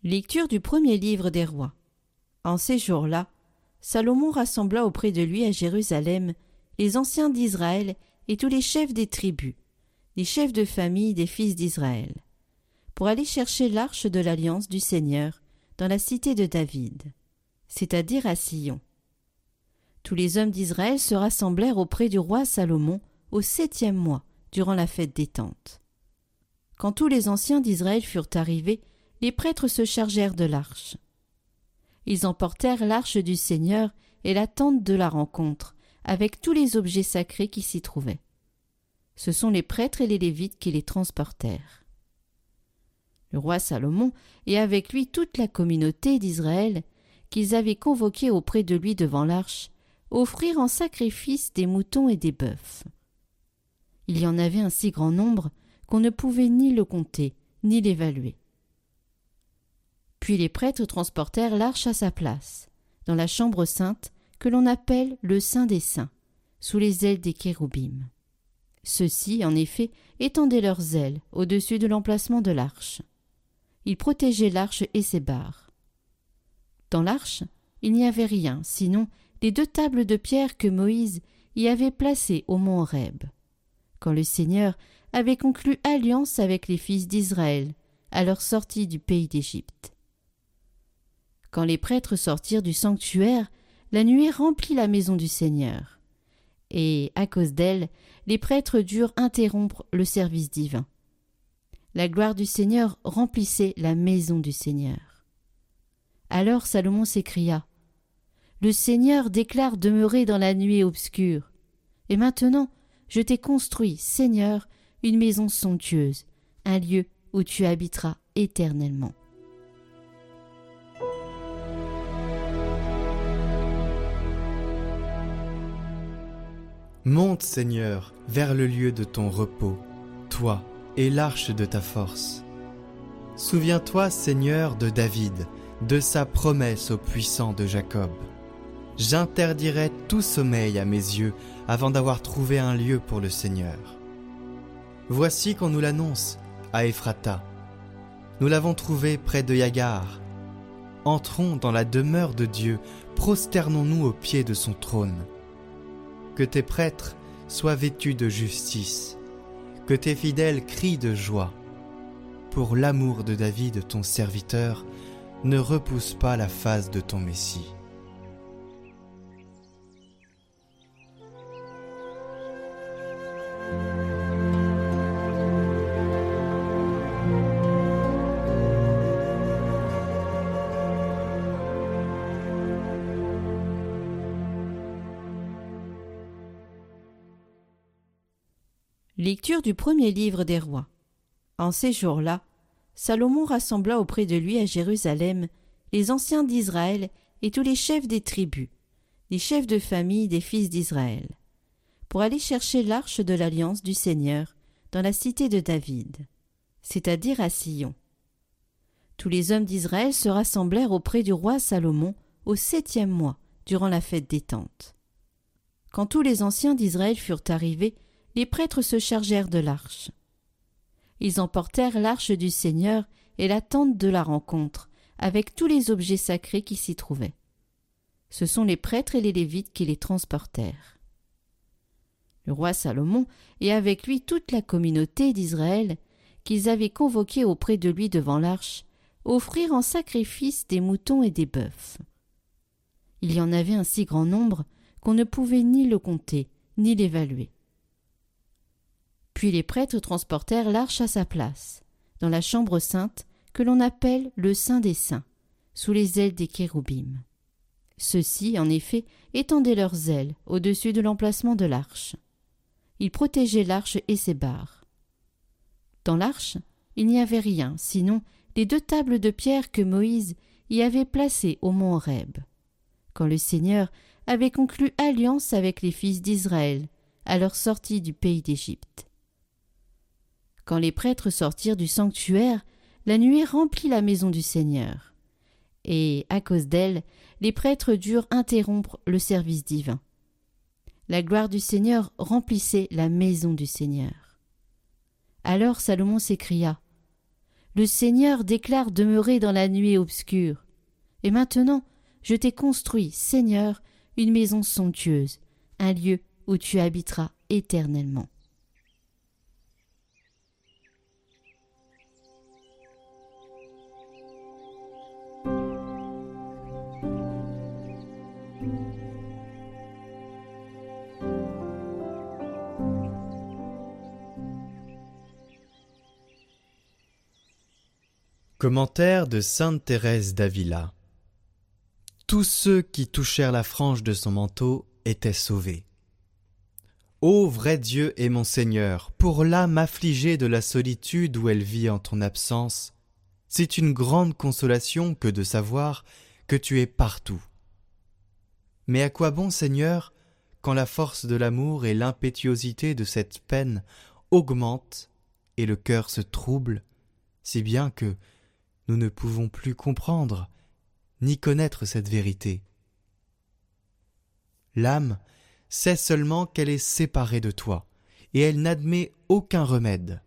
Lecture du premier livre des rois. En ces jours-là, Salomon rassembla auprès de lui à Jérusalem les anciens d'Israël et tous les chefs des tribus, les chefs de famille des fils d'Israël, pour aller chercher l'arche de l'alliance du Seigneur dans la cité de David, c'est-à-dire à Sion. Tous les hommes d'Israël se rassemblèrent auprès du roi Salomon au 7e mois, durant la fête des tentes. Quand tous les anciens d'Israël furent arrivés, les prêtres se chargèrent de l'arche. Ils emportèrent l'arche du Seigneur et la tente de la rencontre, avec tous les objets sacrés qui s'y trouvaient. Ce sont les prêtres et les Lévites qui les transportèrent. Le roi Salomon et avec lui toute la communauté d'Israël, qu'ils avaient convoquée auprès de lui devant l'arche, offrirent en sacrifice des moutons et des bœufs. Il y en avait un si grand nombre qu'on ne pouvait ni le compter, ni l'évaluer. Puis les prêtres transportèrent l'arche à sa place, dans la chambre sainte que l'on appelle le Saint des Saints, sous les ailes des kéroubim. Ceux-ci, en effet, étendaient leurs ailes au-dessus de l'emplacement de l'arche. Ils protégeaient l'arche et ses barres. Dans l'arche, il n'y avait rien, sinon les 2 tables de pierre que Moïse y avait placées au mont Horeb, quand le Seigneur avait conclu alliance avec les fils d'Israël à leur sortie du pays d'Égypte. Quand les prêtres sortirent du sanctuaire, la nuée remplit la maison du Seigneur. Et, à cause d'elle, les prêtres durent interrompre le service divin. La gloire du Seigneur remplissait la maison du Seigneur. Alors Salomon s'écria : « Le Seigneur déclare demeurer dans la nuée obscure. Et maintenant, je t'ai construit, Seigneur, une maison somptueuse, un lieu où tu habiteras éternellement. » Monte, Seigneur, vers le lieu de ton repos, toi et l'arche de ta force. Souviens-toi, Seigneur, de David, de sa promesse au puissant de Jacob. J'interdirai tout sommeil à mes yeux avant d'avoir trouvé un lieu pour le Seigneur. Voici qu'on nous l'annonce, à Ephrata. Nous l'avons trouvé près de Yagar. Entrons dans la demeure de Dieu, prosternons-nous aux pieds de son trône. Que tes prêtres soient vêtus de justice, que tes fidèles crient de joie. Pour l'amour de David, ton serviteur, ne repousse pas la face de ton Messie. Lecture du premier livre des rois. En ces jours-là, Salomon rassembla auprès de lui à Jérusalem les anciens d'Israël et tous les chefs des tribus, les chefs de famille des fils d'Israël, pour aller chercher l'arche de l'alliance du Seigneur dans la cité de David, c'est-à-dire à Sion. Tous les hommes d'Israël se rassemblèrent auprès du roi Salomon au 7e mois, durant la fête des tentes. Quand tous les anciens d'Israël furent arrivés, les prêtres se chargèrent de l'arche. Ils emportèrent l'arche du Seigneur et la tente de la rencontre, avec tous les objets sacrés qui s'y trouvaient. Ce sont les prêtres et les Lévites qui les transportèrent. Le roi Salomon et avec lui toute la communauté d'Israël, qu'ils avaient convoquée auprès de lui devant l'arche, offrirent en sacrifice des moutons et des bœufs. Il y en avait un si grand nombre qu'on ne pouvait ni le compter, ni l'évaluer. Puis les prêtres transportèrent l'arche à sa place, dans la chambre sainte que l'on appelle le Saint des Saints, sous les ailes des kéroubim. Ceux-ci, en effet, étendaient leurs ailes au-dessus de l'emplacement de l'arche. Ils protégeaient l'arche et ses barres. Dans l'arche, il n'y avait rien, sinon les 2 tables de pierre que Moïse y avait placées au mont Horeb, quand le Seigneur avait conclu alliance avec les fils d'Israël à leur sortie du pays d'Égypte. Quand les prêtres sortirent du sanctuaire, la nuée remplit la maison du Seigneur. Et, à cause d'elle, les prêtres durent interrompre le service divin. La gloire du Seigneur remplissait la maison du Seigneur. Alors Salomon s'écria : Le Seigneur déclare demeurer dans la nuée obscure. Et maintenant, je t'ai construit, Seigneur, une maison somptueuse, un lieu où tu habiteras éternellement. Commentaire de sainte Thérèse d'Avila. Tous ceux qui touchèrent la frange de son manteau étaient sauvés. Ô vrai Dieu et mon Seigneur, pour l'âme affligée de la solitude où elle vit en ton absence, c'est une grande consolation que de savoir que tu es partout. Mais à quoi bon, Seigneur, quand la force de l'amour et l'impétuosité de cette peine augmentent et le cœur se trouble, si bien que nous ne pouvons plus comprendre ni connaître cette vérité. L'âme sait seulement qu'elle est séparée de toi, et elle n'admet aucun remède.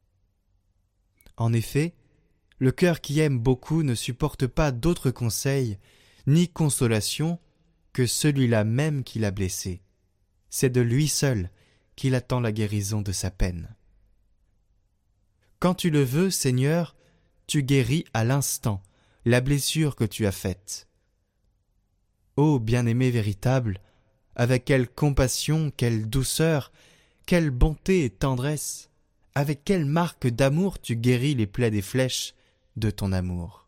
En effet, le cœur qui aime beaucoup ne supporte pas d'autre conseil ni consolation que celui-là même qui l'a blessé. C'est de lui seul qu'il attend la guérison de sa peine. Quand tu le veux, Seigneur, tu guéris à l'instant la blessure que tu as faite. Ô bien-aimé véritable, avec quelle compassion, quelle douceur, quelle bonté et tendresse, avec quelle marque d'amour tu guéris les plaies des flèches de ton amour.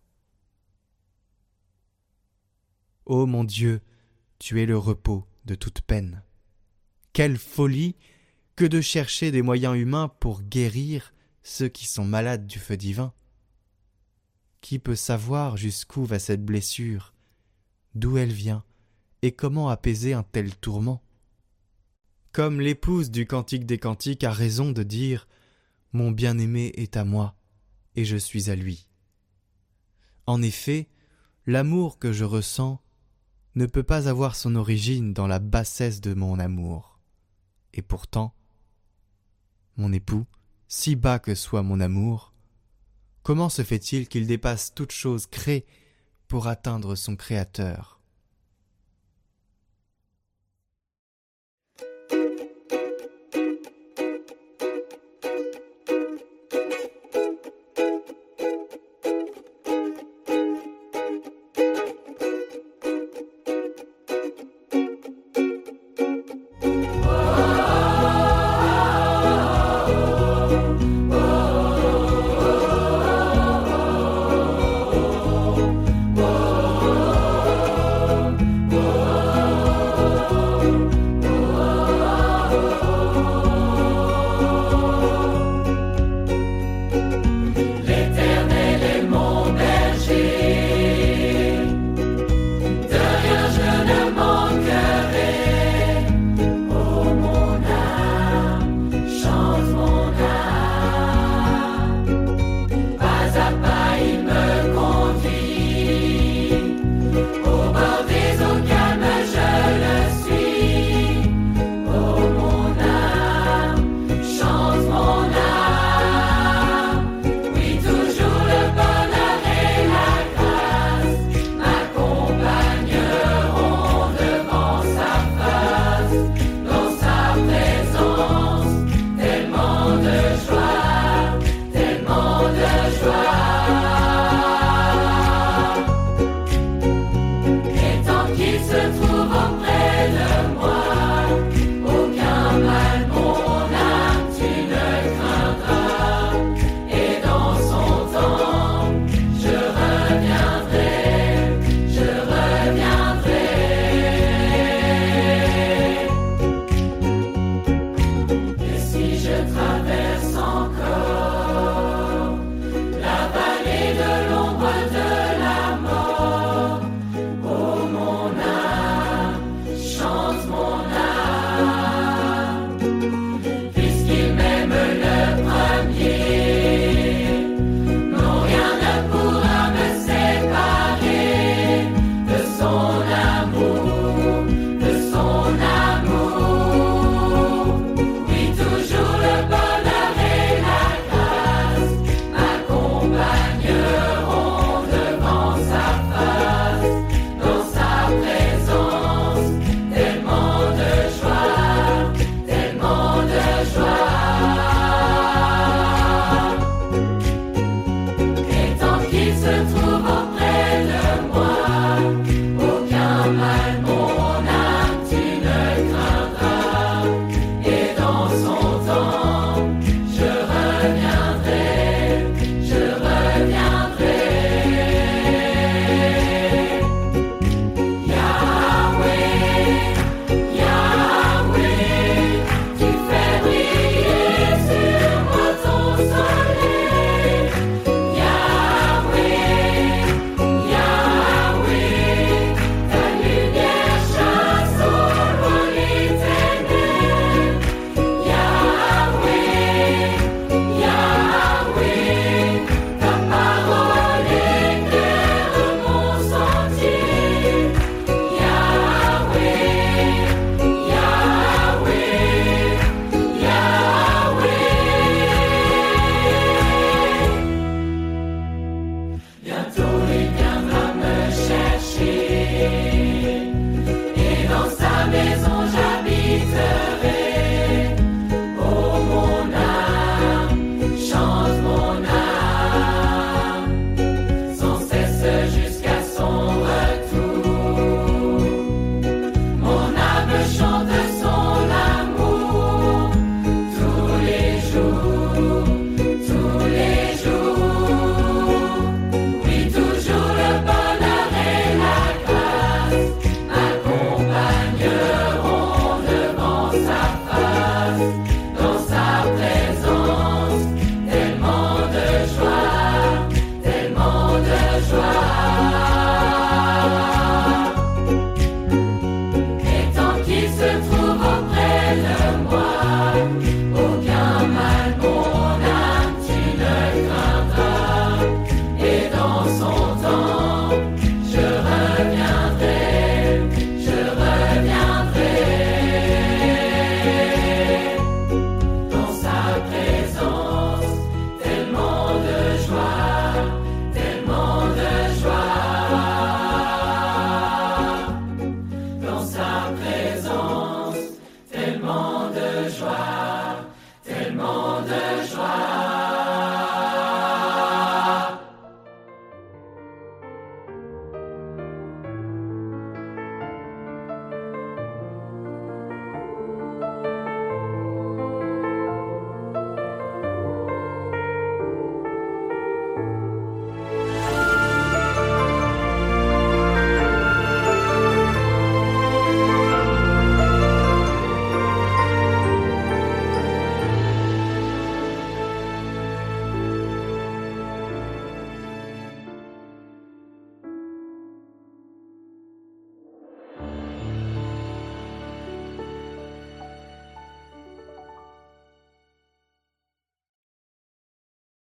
Ô mon Dieu, tu es le repos de toute peine. Quelle folie que de chercher des moyens humains pour guérir ceux qui sont malades du feu divin. Qui peut savoir jusqu'où va cette blessure, d'où elle vient, et comment apaiser un tel tourment? Comme l'épouse du Cantique des Cantiques a raison de dire « Mon bien-aimé est à moi, et je suis à lui ». En effet, l'amour que je ressens ne peut pas avoir son origine dans la bassesse de mon amour. Et pourtant, mon époux, si bas que soit mon amour, comment se fait-il qu'il dépasse toute chose créée pour atteindre son Créateur? Se trouve auprès de moi.